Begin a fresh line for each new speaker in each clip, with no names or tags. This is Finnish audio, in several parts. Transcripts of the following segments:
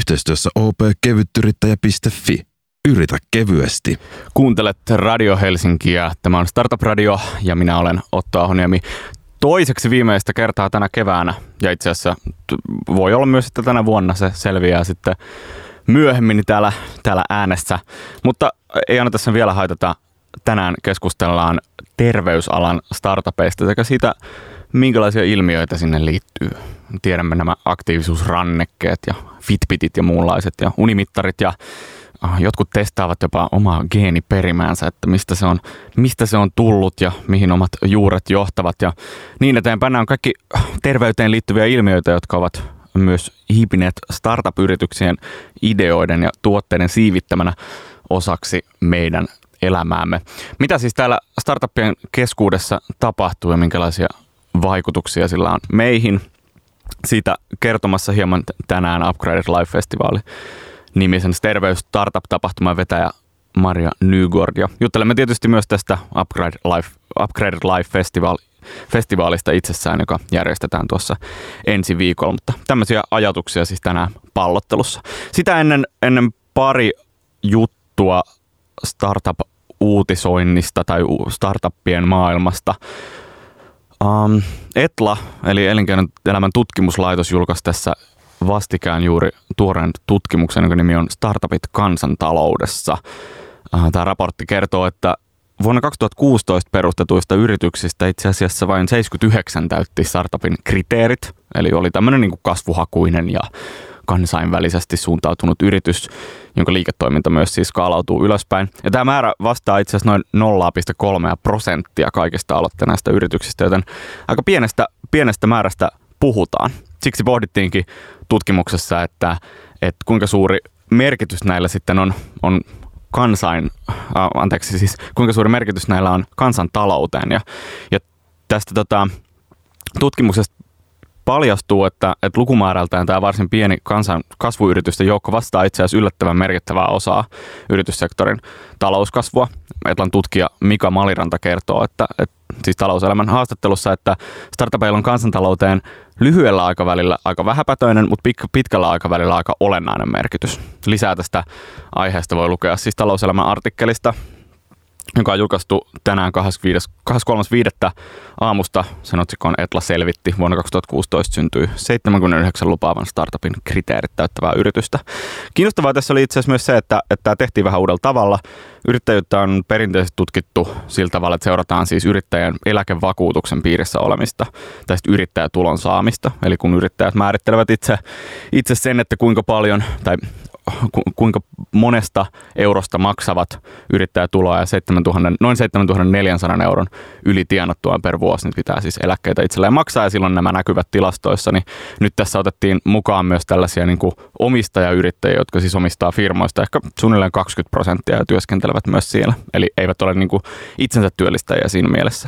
yhteistyössä opkevyttyyrittäjä.fi. Yritä kevyesti.
Kuuntelet Radio Helsinkiä. Tämä on Startup Radio ja minä olen Otto Ahoniemi. Toiseksi viimeistä kertaa tänä keväänä, ja itse asiassa voi olla myös, että tänä vuonna se selviää sitten myöhemmin täällä äänessä. Mutta ei anneta sen vielä haitata. Tänään keskustellaan terveysalan startupeista sekä siitä, minkälaisia ilmiöitä sinne liittyy. Tiedämme nämä aktiivisuusrannekkeet ja Fitbitit ja muunlaiset ja unimittarit ja jotkut testaavat jopa omaa geeniperimäänsä, että mistä se on tullut ja mihin omat juuret johtavat ja niin eteenpäin. Nämä on kaikki terveyteen liittyviä ilmiöitä, jotka ovat myös hiipineet startup-yrityksien ideoiden ja tuotteiden siivittämänä osaksi meidän elämäämme. Mitä siis täällä startuppien keskuudessa tapahtuu ja minkälaisia vaikutuksia sillä on meihin? Siitä kertomassa hieman tänään Upgraded Life Festival nimisen terveys-startup-tapahtuman vetäjä Maria Nygård. Ja juttelemme tietysti myös tästä Upgraded Life Festivalista itsessään, joka järjestetään tuossa ensi viikolla. Mutta tämmöisiä ajatuksia siis tänään pallottelussa. Sitä ennen pari juttua startup-uutisoinnista tai startuppien maailmasta. Etla, eli Elinkeinoelämän tutkimuslaitos, julkaisi tässä vastikään juuri tuoreen tutkimuksen, jonka nimi on Startupit kansantaloudessa. Tämä raportti kertoo, että vuonna 2016 perustetuista yrityksistä itse asiassa vain 79 täytti startupin kriteerit, eli oli tämmöinen niin kuin kasvuhakuinen ja kansainvälisesti suuntautunut yritys, jonka liiketoiminta myös siis skaalautuu ylöspäin. Ja tämä määrä vastaa itse asiassa noin 0,3% kaikista aloittaneista yrityksistä, joten aika pienestä määrästä puhutaan. Siksi pohdittiinkin tutkimuksessa, että kuinka suuri merkitys näillä sitten on kuinka suuri merkitys näillä on kansantalouteen. Ja tästä tutkimuksesta paljastuu, että lukumäärältään tämä varsin pieni kasvuyritysten joukko vastaa itse asiassa yllättävän merkittävää osaa yrityssektorin talouskasvua. Etlan tutkija Mika Maliranta kertoo, että siis Talouselämän haastattelussa, että startupeilla on kansantalouteen lyhyellä aikavälillä aika vähäpätöinen, mutta pitkällä aikavälillä aika olennainen merkitys. Lisää tästä aiheesta voi lukea siis Talouselämän artikkelista, joka on julkaistu tänään 23.5. aamusta. Sen otsikon Etla selvitti. Vuonna 2016 syntyi 79 lupaavan startupin kriteerit täyttävää yritystä. Kiinnostavaa tässä oli itse asiassa myös se, että tämä tehtiin vähän uudella tavalla. Yrittäjyyttä on perinteisesti tutkittu sillä tavalla, että seurataan siis yrittäjän eläkevakuutuksen piirissä olemista tai yrittäjätulon saamista. Eli kun yrittäjät määrittelevät itse sen, että kuinka paljon tai kuinka monesta eurosta maksavat yrittäjätuloa ja noin 7400 euron yli tienattuaan per vuosi, niin pitää siis eläkkeitä itselleen maksaa ja silloin nämä näkyvät tilastoissa. Niin nyt tässä otettiin mukaan myös tällaisia niin kuin omistajayrittäjiä, jotka siis omistaa firmoista ehkä suunnilleen 20% ja työskentelevät myös siellä. Eli eivät ole niin kuin itsensä työllistäjiä siinä mielessä.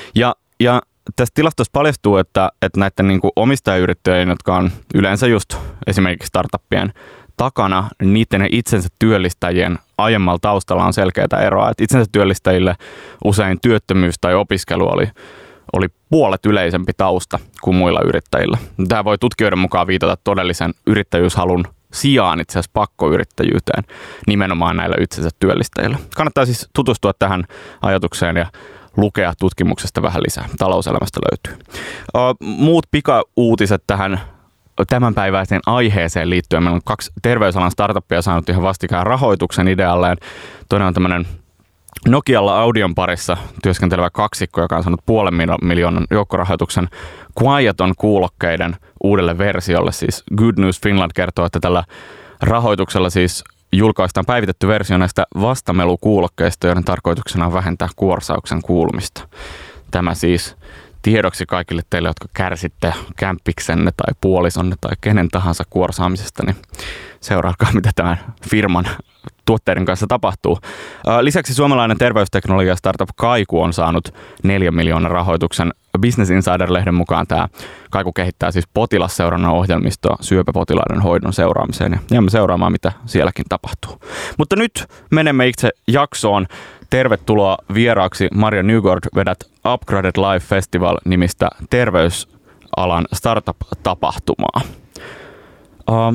Ja tästä tilastossa paljastuu, että näiden niin kuin omistajayrittäjien, jotka on yleensä just esimerkiksi startuppien takana, niiden itsensä työllistäjien aiemmalla taustalla on selkeää eroa. Että itsensä työllistäjille usein työttömyys tai opiskelu oli puolet yleisempi tausta kuin muilla yrittäjillä. Tämä voi tutkijoiden mukaan viitata todellisen yrittäjyyshalun sijaan itse asiassa pakkoyrittäjyyteen nimenomaan näillä itsensä työllistäjillä. Kannattaa siis tutustua tähän ajatukseen ja lukea tutkimuksesta vähän lisää. Talouselämästä löytyy. Muut pikauutiset tähän tämänpäiväiseen aiheeseen liittyen. Meillä on 2 terveysalan startuppia saanut ihan vastikään rahoituksen idealleen. Toinen on tämmöinen Nokialla Audion parissa työskentelevä kaksikko, joka on saanut 500,000 joukkorahoituksen Quieton kuulokkeiden uudelle versiolle. Siis Good News Finland kertoo, että tällä rahoituksella siis julkaistaan päivitetty versio näistä vastamelukuulokkeista, joiden tarkoituksena on vähentää kuorsauksen kuulumista. Tämä siis tiedoksi kaikille teille, jotka kärsitte kämppiksenne tai puolisonne tai kenen tahansa kuorsaamisesta, niin seuraakaa, mitä tämän firman tuotteiden kanssa tapahtuu. Lisäksi suomalainen terveysteknologia startup Kaiku on saanut 4 miljoonan rahoituksen. Business Insider-lehden mukaan tämä Kaiku kehittää siis potilasseurannan ohjelmistoa syöpäpotilaiden hoidon seuraamiseen ja jäämme seuraamaan, mitä sielläkin tapahtuu. Mutta nyt menemme itse jaksoon. Tervetuloa vieraaksi Maria Nygård, vedät Upgraded Life Festival-nimistä terveysalan startup-tapahtumaa.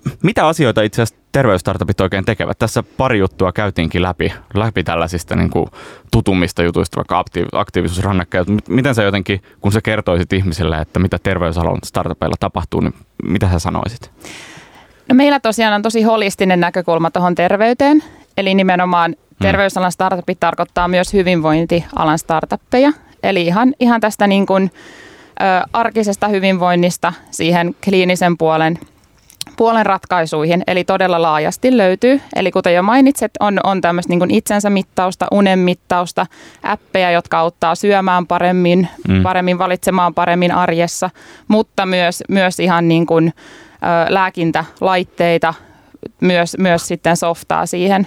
Mitä asioita itse asiassa terveysstartupit oikein tekevät? Tässä pari juttua käytiinkin läpi tällaisista niin kuin tutummista jutuista, vaikka aktiivisuusrannekkeet. Miten sä jotenkin, kun sä kertoisit ihmisille, että mitä terveysalan startupeilla tapahtuu, niin mitä sä sanoisit?
No meillä tosiaan on tosi holistinen näkökulma tuohon terveyteen. Eli nimenomaan terveysalan startupit tarkoittaa myös hyvinvointialan startuppeja. Eli ihan tästä niin kuin, arkisesta hyvinvoinnista siihen kliinisen puolen ratkaisuihin, eli todella laajasti löytyy. Eli kuten jo mainitsit, on tämmöistä niin kuin itsensä mittausta, unen mittausta, appeja, jotka auttaa syömään paremmin valitsemaan paremmin arjessa, mutta myös ihan niin kuin, lääkintälaitteita, myös sitten softaa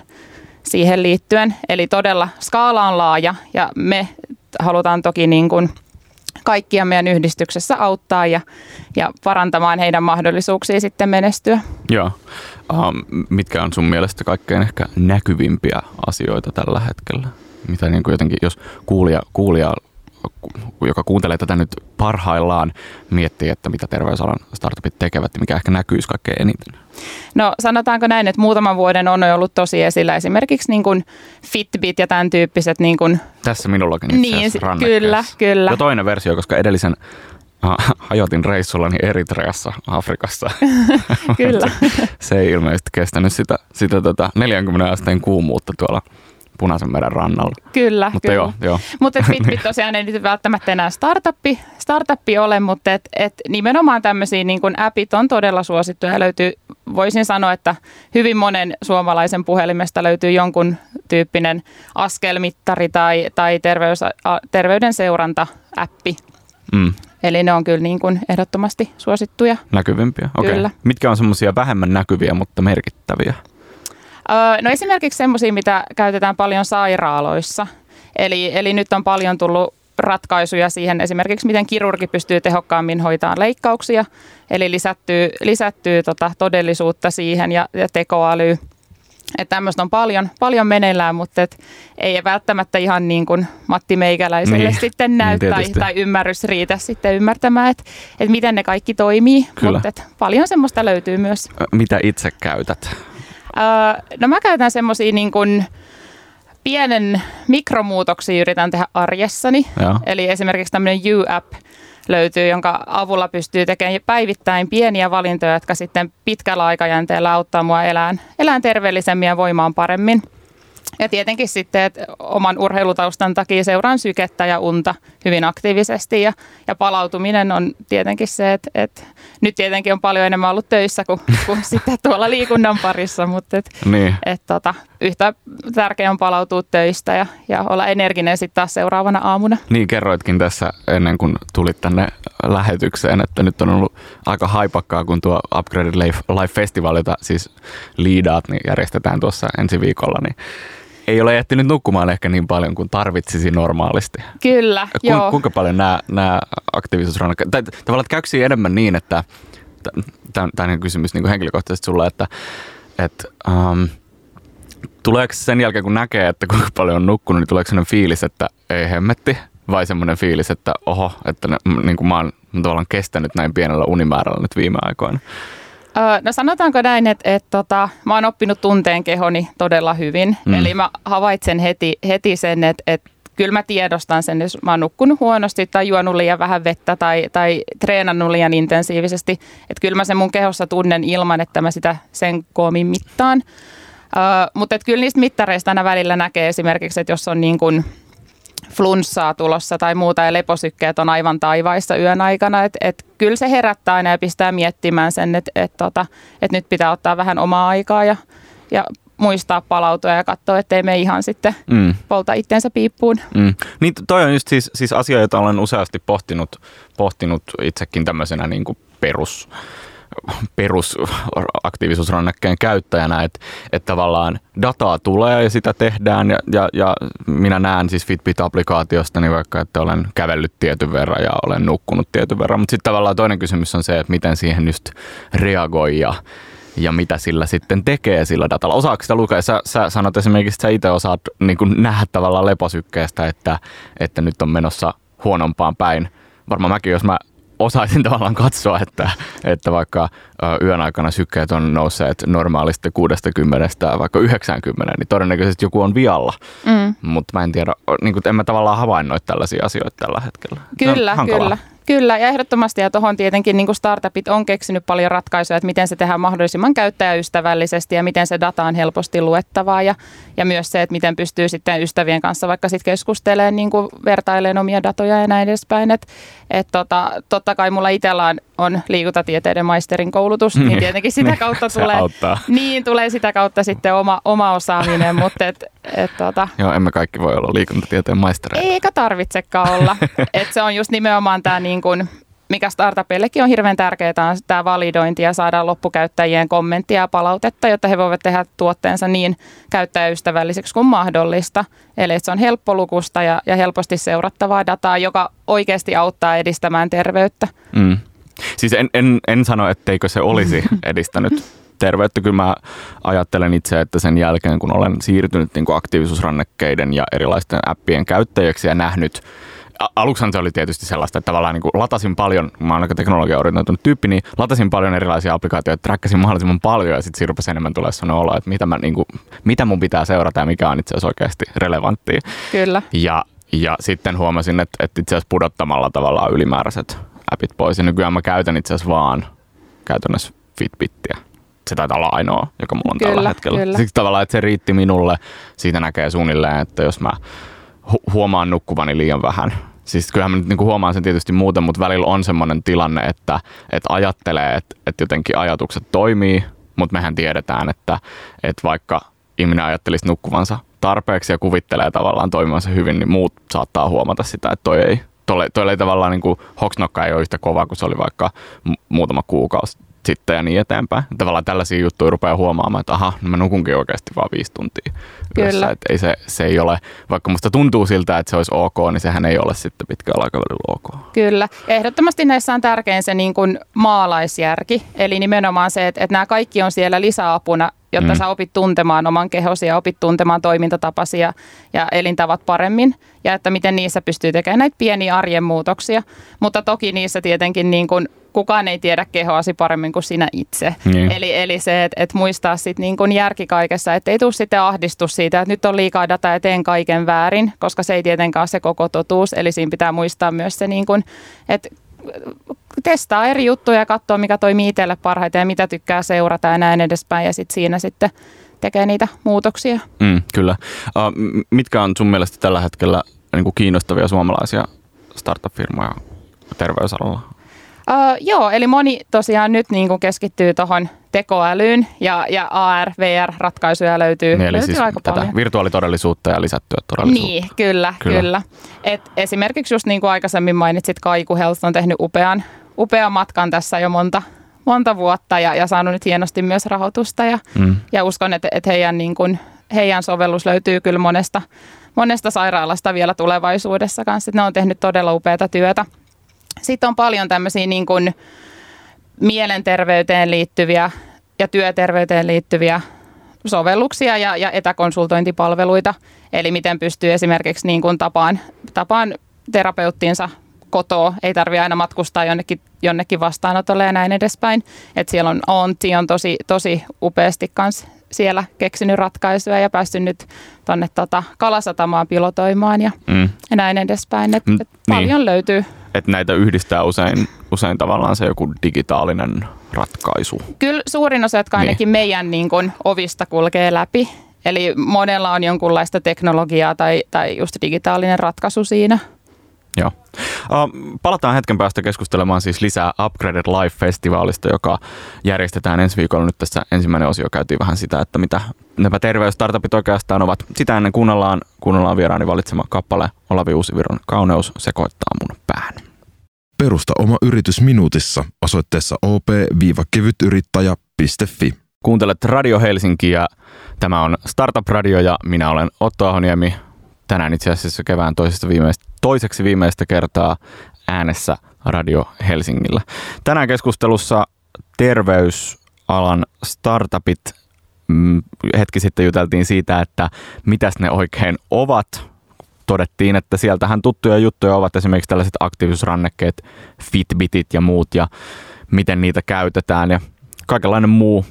siihen liittyen. Eli todella skaala on laaja ja me halutaan toki niin kuin kaikkia meidän yhdistyksessä auttaa ja parantamaan heidän mahdollisuuksia sitten menestyä.
Joo. Mitkä on sun mielestä kaikkein ehkä näkyvimpiä asioita tällä hetkellä? Mitä niin kuin jotenkin, jos kuulija, joka kuuntelee tätä nyt parhaillaan, miettii, että mitä terveysalan startupit tekevät, niin mikä ehkä näkyisi kaikkein eniten?
No sanotaanko näin, että muutaman vuoden on ollut tosi esillä esimerkiksi niin kuin Fitbit ja tämän tyyppiset. Niin kuin
tässä minullakin itse asiassa rannekkeessa.
Kyllä.
Ja toinen versio, koska edellisen hajotin reissullani Eritreassa, Afrikassa.
Kyllä.
Se ei ilmeisesti kestänyt sitä 40 asteen kuumuutta tuolla Punaisen meren rannalla.
Kyllä,
mutta
kyllä.
Joo.
Mutta Fitbit tosiaan ei nyt välttämättä enää startuppi ole, mutta nimenomaan tämmöisiä niin kuin appit on todella suosittuja. Löytyy, voisin sanoa, että hyvin monen suomalaisen puhelimesta löytyy jonkun tyyppinen askelmittari tai terveyden seuranta-appi. Eli ne on kyllä niin kuin ehdottomasti suosittuja.
Näkyvimpiä, okei.
Kyllä.
Mitkä on semmoisia vähemmän näkyviä, mutta merkittäviä?
No esimerkiksi semmoisia, mitä käytetään paljon sairaaloissa. Eli nyt on paljon tullut ratkaisuja siihen esimerkiksi, miten kirurgi pystyy tehokkaammin hoitamaan leikkauksia. Eli lisättyy todellisuutta siihen ja tekoälyä. Että tämmöistä on paljon meneillään, mutta ei välttämättä ihan niin kuin Matti Meikäläiselle sitten näy tai ymmärrys riitä sitten ymmärtämään, että miten ne kaikki toimii. Mutta paljon semmoista löytyy myös.
Mitä itse käytät?
No mä käytän semmoisia niin kuin pienen mikromuutoksia yritän tehdä arjessani. Joo. Eli esimerkiksi tämmöinen You-app löytyy, jonka avulla pystyy tekemään päivittäin pieniä valintoja, jotka sitten pitkällä aikajänteellä auttaa mua elään terveellisemmin ja voimaan paremmin. Ja tietenkin sitten, että oman urheilutaustan takia seuraan sykettä ja unta hyvin aktiivisesti ja palautuminen on tietenkin se, että nyt tietenkin on paljon enemmän ollut töissä kuin sitten tuolla liikunnan parissa, mutta
niin.
Yhtä tärkeää on palautua töistä ja olla energinen sitten taas seuraavana aamuna.
Niin, kerroitkin tässä ennen kuin tulit tänne lähetykseen, että nyt on ollut aika haipakkaa, kun tuo Upgraded Life-festival, jota siis liidaat, niin järjestetään tuossa ensi viikolla, niin ei ole ehtinyt nukkumaan ehkä niin paljon kuin tarvitsisi normaalisti.
Kyllä, joo.
Kuinka paljon nämä aktiivisuusrannekkeet, tai tavallaan käykö enemmän niin, että tämä on kysymys niin kuin henkilökohtaisesti sulla, että tuleeko sen jälkeen, kun näkee, että kuinka paljon on nukkunut, niin tuleeko sellainen fiilis, että ei hemmetti, vai semmoinen fiilis, että oho, että niin kuin mä oon tavallaan kestänyt näin pienellä unimäärällä nyt viime aikoina?
No sanotaanko näin, että mä oon oppinut tunteen kehoni todella hyvin. Eli mä havaitsen heti sen, että kyllä mä tiedostan sen, jos mä oon nukkunut huonosti tai juonut liian vähän vettä tai treenannut liian intensiivisesti. Että kyllä mä sen mun kehossa tunnen ilman, että mä sitä sen koomin mittaan. Mutta kyllä niistä mittareista aina välillä näkee esimerkiksi, että jos on niin kuin flunssaa tulossa tai muuta ja leposykkeet on aivan taivaissa yön aikana. Et kyllä se herättää aina ja pistää miettimään sen, että nyt pitää ottaa vähän omaa aikaa ja muistaa palautua ja katsoa, ettei me ihan sitten polta itteensä piippuun.
Niin toi on just siis asia, jota olen useasti pohtinut itsekin tämmöisenä niin kuin perusaktiivisuusrannekkeen käyttäjänä, että tavallaan dataa tulee ja sitä tehdään ja minä näen siis Fitbit-applikaatiosta niin vaikka, että olen kävellyt tietyn verran ja olen nukkunut tietyn verran, mutta sitten tavallaan toinen kysymys on se, että miten siihen just reagoi ja mitä sillä sitten tekee sillä datalla. Osaatko sitä lukea? Sä sanot esimerkiksi, että sä itse osaat niin kuin nähdä tavallaan leposykkeestä, että nyt on menossa huonompaan päin. Varmaan mäkin, jos mä osaisin tavallaan katsoa, että vaikka yön aikana sykkeet on nousseet normaalisti 60 vaikka 90, niin todennäköisesti joku on vialla. Mutta mä en tiedä, niin kuin, en mä tavallaan havainnoi tällaisia asioita tällä hetkellä.
Kyllä, ja ehdottomasti, ja tuohon tietenkin niin kuin startupit on keksinyt paljon ratkaisuja, että miten se tehdään mahdollisimman käyttäjäystävällisesti ja miten se data on helposti luettavaa ja myös se, että miten pystyy sitten ystävien kanssa vaikka sitten keskustelemaan, niin kuin vertailemaan omia datoja ja näin edespäin. Totta kai mulla itsellä on liikuntatieteiden maisterin koulutus, niin tietenkin sitä kautta tulee sitä kautta sitten oma osaaminen, mutta
Joo, emme kaikki voi olla liikuntatieteen maistereita.
Eikä tarvitsekaan olla. Se on just nimenomaan tämä, niin kuin, mikä startupeillekin on hirveän tärkeää, on tämä validointi ja saada loppukäyttäjien kommenttia ja palautetta, jotta he voivat tehdä tuotteensa niin käyttäjäystävälliseksi kuin mahdollista. Eli se on helppolukusta ja helposti seurattavaa dataa, joka oikeasti auttaa edistämään terveyttä.
Siis en sano, etteikö se olisi edistänyt terveyttä. Kyllä mä ajattelen itse, että sen jälkeen kun olen siirtynyt niin kuin aktiivisuusrannekkeiden ja erilaisten appien käyttäjäksi ja nähnyt, aluksihan se oli tietysti sellaista, että tavallaan niin kuin latasin paljon, mä oon aika teknologia-orientoitunut tyyppi, niin latasin paljon erilaisia applikaatioita, träkkäsin mahdollisimman paljon ja sitten siinä rupesi enemmän tulee sellainen olo, että mitä mun pitää seurata ja mikä on itse asiassa oikeasti relevanttia.
Kyllä.
Ja sitten huomasin, että itse asiassa pudottamalla tavallaan ylimääräiset appit pois ja nykyään mä käytän itse asiassa vaan käytännössä Fitbittiä. Se taitaa olla ainoa, joka mulla on tällä hetkellä.
Kyllä.
Siksi tavallaan, että se riitti minulle. Siitä näkee suunnilleen, että jos mä huomaan nukkuvani liian vähän. Siis kyllähän mä nyt niinku huomaan sen tietysti muuten, mutta välillä on semmoinen tilanne, että ajattelee, että jotenkin ajatukset toimii, mutta mehän tiedetään, että vaikka ihminen ajattelisi nukkuvansa tarpeeksi ja kuvittelee tavallaan toimivansa hyvin, niin muut saattaa huomata sitä, että toi ei tavallaan niin kuin hoksnokka ei ole yhtä kova kuin se oli vaikka muutama kuukausi sitten ja niin eteenpäin. Tavallaan tällaisia juttuja rupeaa huomaamaan, että mä nukunkin oikeasti vaan 5 tuntia.
Kyllä.
Että se ei ole, vaikka musta tuntuu siltä, että se olisi ok, niin sehän ei ole sitten pitkällä aikavälillä ok.
Kyllä. Ehdottomasti näissä on tärkein se niin kuin maalaisjärki, eli nimenomaan se, että nämä kaikki on siellä lisäapuna, jotta sä opit tuntemaan oman kehosi ja opit tuntemaan toimintatapasi ja elintavat paremmin. Ja että miten niissä pystyy tekemään näitä pieniä arjen muutoksia. Mutta toki niissä tietenkin niin kuin kukaan ei tiedä kehoasi paremmin kuin sinä itse. Eli se, että muistaa sitten niin kuin järki kaikessa, että ei tule sitten ahdistus siitä, että nyt on liikaa dataa ja teen kaiken väärin, koska se ei tietenkään ole se koko totuus. Eli siinä pitää muistaa myös se, niin kuin, että testaa eri juttuja ja katsoa, mikä toimii itselle parhaiten ja mitä tykkää seurata ja näin edespäin. Ja sitten siinä sitten tekee niitä muutoksia.
Kyllä. Mitkä on sun mielestä tällä hetkellä niin kuin kiinnostavia suomalaisia startup-firmoja terveysalalla?
Joo, eli moni tosiaan nyt niin kuin keskittyy tuohon tekoälyyn ja AR, VR-ratkaisuja löytyy
siis
aika
tätä
paljon.
Virtuaalitodellisuutta ja lisättyä todellisuutta.
Niin, kyllä. Et esimerkiksi just niin kuin aikaisemmin mainitsit, Kaiku Health on tehnyt upean matkan tässä jo monta vuotta ja saanut nyt hienosti myös rahoitusta ja uskon, että heidän sovellus löytyy kyllä monesta sairaalasta vielä tulevaisuudessa kanssa. Ne on tehnyt todella upeata työtä. Sitten on paljon tämmöisiä niin kuin mielenterveyteen liittyviä ja työterveyteen liittyviä sovelluksia ja etäkonsultointipalveluita. Eli miten pystyy esimerkiksi niin kuin tapaan terapeuttinsa kotoa. Ei tarvitse aina matkustaa jonnekin vastaanotolle ja näin edespäin. Et siellä on Onti on tosi upeasti kans siellä keksinyt ratkaisuja ja päässyt nyt tuonne Kalasatamaan pilotoimaan ja näin edespäin. Paljon löytyy.
Että näitä yhdistää usein tavallaan se joku digitaalinen ratkaisu.
Kyllä suurin osa, jotka ainakin meidän niin kun ovista kulkee läpi. Eli monella on jonkunlaista teknologiaa tai just digitaalinen ratkaisu siinä.
Joo. Palataan hetken päästä keskustelemaan siis lisää Upgraded Life-festivaalista, joka järjestetään ensi viikolla. Nyt tässä ensimmäinen osio käytiin vähän sitä, että mitä nämä terveysstartupit oikeastaan ovat. Sitä ennen kuunnellaan vieraani valitsema kappale Olavi Uusivirran Kauneus sekoittaa mun pään.
Perusta oma yritys minuutissa osoitteessa op-kevytyrittäjä.fi.
Kuuntelet Radio Helsinkiä. Tämä on Startup Radio ja minä olen Otto Ahoniemi. Tänään itse asiassa kevään toiseksi viimeistä kertaa äänessä Radio Helsingillä. Tänään keskustelussa terveysalan startupit. Hetki sitten juteltiin siitä, että mitäs ne oikein ovat. todettiin, että sieltähän tuttuja juttuja ovat esimerkiksi tällaiset aktiivisuusrannekkeet, Fitbitit ja muut ja miten niitä käytetään ja kaikenlainen muu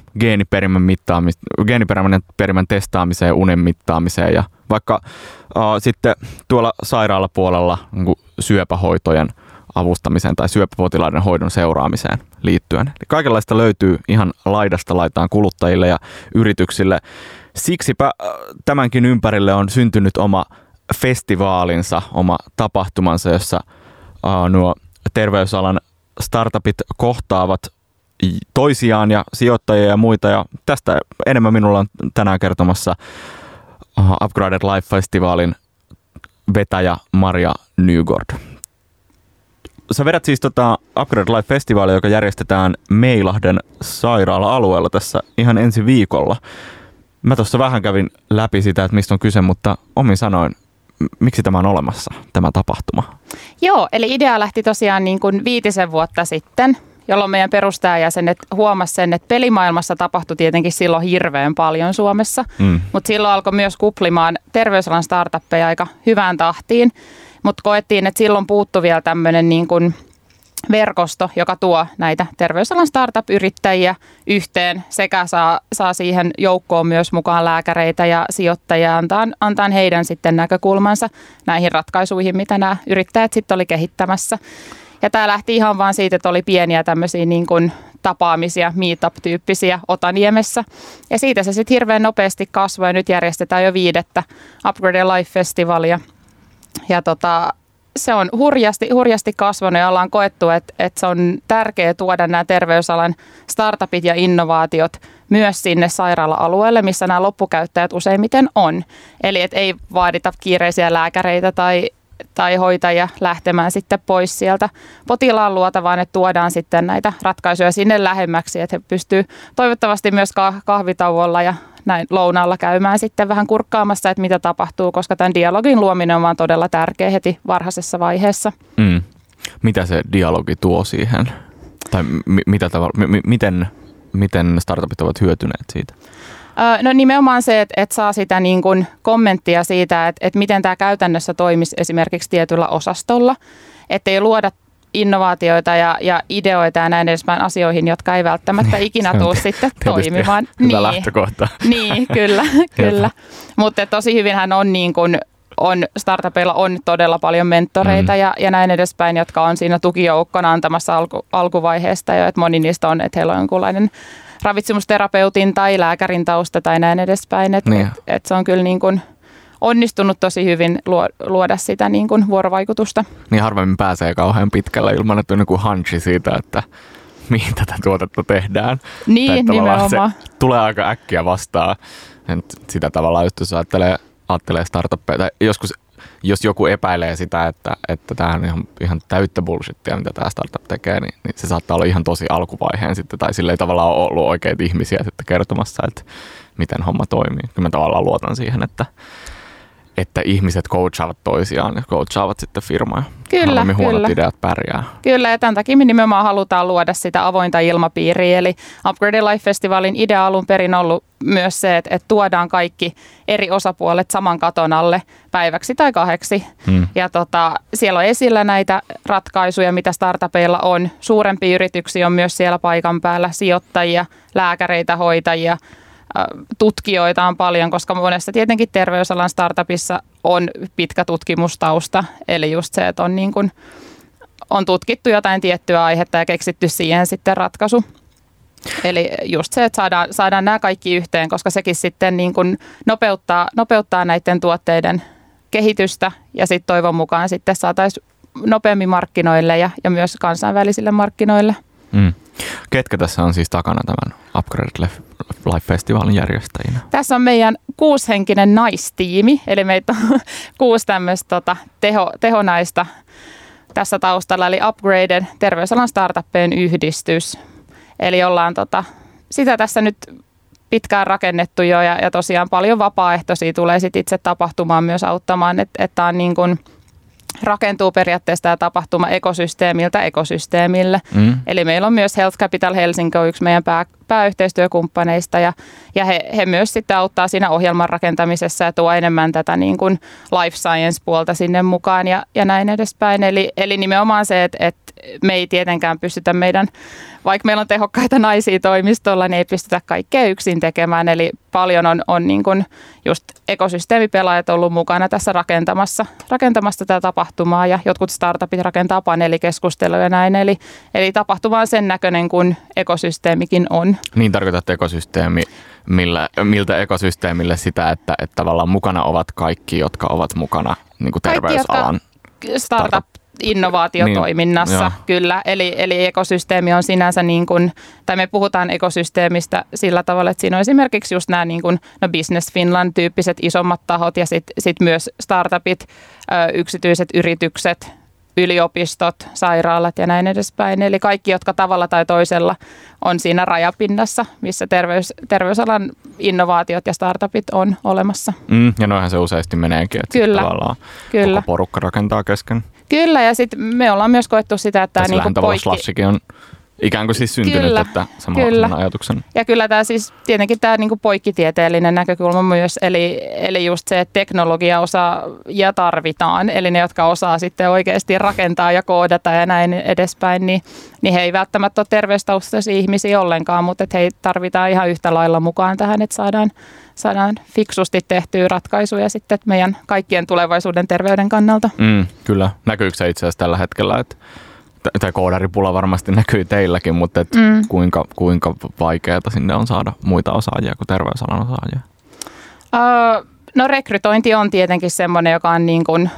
geeniperimän testaamiseen, unen mittaamiseen ja vaikka sitten tuolla sairaalapuolella niin syöpähoitojen avustamiseen tai syöpäpotilaiden hoidon seuraamiseen liittyen. Eli kaikenlaista löytyy ihan laidasta laitaan kuluttajille ja yrityksille. Siksipä tämänkin ympärille on syntynyt oma festivaalinsa, oma tapahtumansa, jossa nuo terveysalan startupit kohtaavat toisiaan ja sijoittajia ja muita. Ja tästä enemmän minulla on tänään kertomassa Upgraded Life-festivaalin vetäjä Maria Nygård. Sä vedät siis Upgraded Life-festivaalia, joka järjestetään Meilahden sairaala-alueella tässä ihan ensi viikolla. Mä tuossa vähän kävin läpi sitä, että mistä on kyse, mutta omin sanoin, miksi tämä on olemassa, tämä tapahtuma?
Joo, eli idea lähti tosiaan niin kuin 5 vuotta sitten, jolloin meidän perustajajäsenet huomasi sen, että pelimaailmassa tapahtui tietenkin silloin hirveän paljon Suomessa, mutta silloin alkoi myös kuplimaan terveysalan startuppeja aika hyvään tahtiin, mutta koettiin, että silloin puuttui vielä tämmöinen niin kuin verkosto, joka tuo näitä terveysalan startup-yrittäjiä yhteen sekä saa siihen joukkoon myös mukaan lääkäreitä ja sijoittajia antaa heidän sitten näkökulmansa näihin ratkaisuihin, mitä nämä yrittäjät sitten oli kehittämässä. Ja tämä lähti ihan vaan siitä, että oli pieniä tämmöisiä niin kuin tapaamisia, meetup-tyyppisiä Otaniemessä. Ja siitä se sitten hirveän nopeasti kasvoi ja nyt järjestetään jo 5. Upgraded Life-festivalia. Ja se on hurjasti kasvanut ja ollaan koettu, että se on tärkeää tuoda nämä terveysalan startupit ja innovaatiot myös sinne sairaala-alueelle, missä nämä loppukäyttäjät useimmiten on. Eli et ei vaadita kiireisiä lääkäreitä tai hoitajia lähtemään sitten pois sieltä potilaan luota, vaan että tuodaan sitten näitä ratkaisuja sinne lähemmäksi, että he pystyvät toivottavasti myös kahvitauolla ja näin lounaalla käymään sitten vähän kurkkaamassa, että mitä tapahtuu, koska tämän dialogin luominen on vaan todella tärkeä heti varhaisessa vaiheessa.
Mitä se dialogi tuo siihen? Tai miten startupit ovat hyötyneet siitä?
No nimenomaan se, että saa sitä niin kuin kommenttia siitä, että miten tämä käytännössä toimisi esimerkiksi tietyllä osastolla, ettei luoda innovaatioita ja ideoita ja näin edespäin asioihin, jotka ei välttämättä ikinä tule sitten toimimaan.
Hyvä lähtökohta.
Niin, kyllä. Mutta tosi hyvinhän on niin kuin startupeilla on todella paljon mentoreita ja näin edespäin, jotka on siinä tukijoukkona antamassa alkuvaiheesta jo, että moni niistä on, että heillä on jonkunlainen ravitsemusterapeutin tai lääkärin tausta tai näin edespäin, että se on kyllä niin kuin onnistunut tosi hyvin luoda sitä niin kuin vuorovaikutusta.
Niin harvemmin pääsee kauhean pitkälle ilman, että on joku hunchi siitä, että mihin tätä tuotetta tehdään.
Niin, nimenomaan.
Se tulee aika äkkiä vastaan. Sitä tavallaan, jos ajattelee startuppeja. Tai joskus, jos joku epäilee sitä, että tämä on ihan täyttä bullshittia, mitä tämä startup tekee, niin se saattaa olla ihan tosi alkuvaiheen sitten. Tai sillä ei tavallaan ole ollut oikeita ihmisiä sitten kertomassa, että miten homma toimii. Kyllä mä tavallaan luotan siihen, että ihmiset coachaavat toisiaan ja coachaavat sitten firmaa.
Kyllä.
Huonot ideat pärjää.
Kyllä, ja tämän takia me nimenomaan halutaan luoda sitä avointa ilmapiiriä. Eli Upgraded Life-festivaalin idea alun perin on ollut myös se, että tuodaan kaikki eri osapuolet saman katon alle päiväksi tai 2. Ja siellä on esillä näitä ratkaisuja, mitä startupeilla on. Suurempia yrityksiä on myös siellä paikan päällä, sijoittajia, lääkäreitä, hoitajia, tutkijoita on paljon, koska monessa tietenkin terveysalan startupissa on pitkä tutkimustausta, eli just se, että on tutkittu jotain tiettyä aihetta ja keksitty siihen sitten ratkaisu. Eli just se, että saadaan nämä kaikki yhteen, koska sekin sitten niin kuin nopeuttaa näiden tuotteiden kehitystä ja sitten toivon mukaan sitten saataisiin nopeammin markkinoille ja myös kansainvälisille markkinoille.
Ketkä tässä on siis takana tämän Upgraded Life-festivaalin järjestäjinä?
Tässä on meidän 6-henkinen naistiimi, eli meitä on 6 tämmöistä tehonaista tässä taustalla, eli Upgraded terveysalan startuppien yhdistys. Eli ollaan sitä tässä nyt pitkään rakennettu jo ja tosiaan paljon vapaaehtoisia tulee sit itse tapahtumaan myös auttamaan, että on niin kuin rakentuu periaatteessa tämä tapahtuma ekosysteemiltä ekosysteemille. Eli meillä on myös Health Capital Helsinki on yksi meidän pääyhteistyökumppaneista ja he myös sitten auttaa siinä ohjelman rakentamisessa ja tuo enemmän tätä niin kuin life science-puolta sinne mukaan ja näin edespäin. Eli nimenomaan se, että me ei tietenkään pystytä vaikka meillä on tehokkaita naisia toimistolla, niin ei pystytä kaikkea yksin tekemään. Eli paljon on niin kuin just ekosysteemipelaajat ollut mukana tässä rakentamassa tätä tapahtumaa ja jotkut startupit rakentaa paneelikeskusteluja ja näin. Eli tapahtuma on sen näköinen kuin ekosysteemikin on.
Niin tarkoitat ekosysteemi, miltä ekosysteemille sitä, että tavallaan mukana ovat kaikki, jotka ovat mukana niin kuin terveysalan
innovaatiotoiminnassa,
niin,
kyllä. Eli ekosysteemi on sinänsä niin kuin, tai me puhutaan ekosysteemistä sillä tavalla, että siinä on esimerkiksi just nämä niin kuin, Business Finland-tyyppiset isommat tahot ja sit myös startupit, yksityiset yritykset, yliopistot, sairaalat ja näin edespäin. Eli kaikki, jotka tavalla tai toisella on siinä rajapinnassa, missä terveysalan innovaatiot ja startupit on olemassa.
Ja noinhan se useasti meneekin, että tavallaan koko porukka rakentaa kesken.
Kyllä, ja sitten me ollaan myös koettu sitä, että
tässä niinku Slashikin on ikään kuin siis syntynyt, kyllä, että saman ajatuksen.
Ja kyllä tämä siis tietenkin tämä niinku poikkitieteellinen näkökulma myös, eli just se, että teknologia osaa ja tarvitaan, eli ne, jotka osaa sitten oikeasti rakentaa ja koodata ja näin edespäin, niin he ei välttämättä ole terveystaustaisia ihmisiä ollenkaan, mutta he tarvitaan ihan yhtä lailla mukaan tähän, että saadaan fiksusti tehtyä ratkaisuja sitten meidän kaikkien tulevaisuuden terveyden kannalta.
Kyllä. Näkyykö se itse asiassa tällä hetkellä, että tämä koodaripula varmasti näkyy teilläkin, mutta kuinka vaikeaa sinne on saada muita osaajia kuin terveysalan osaajia?
No rekrytointi on tietenkin semmoinen, joka on niin kuin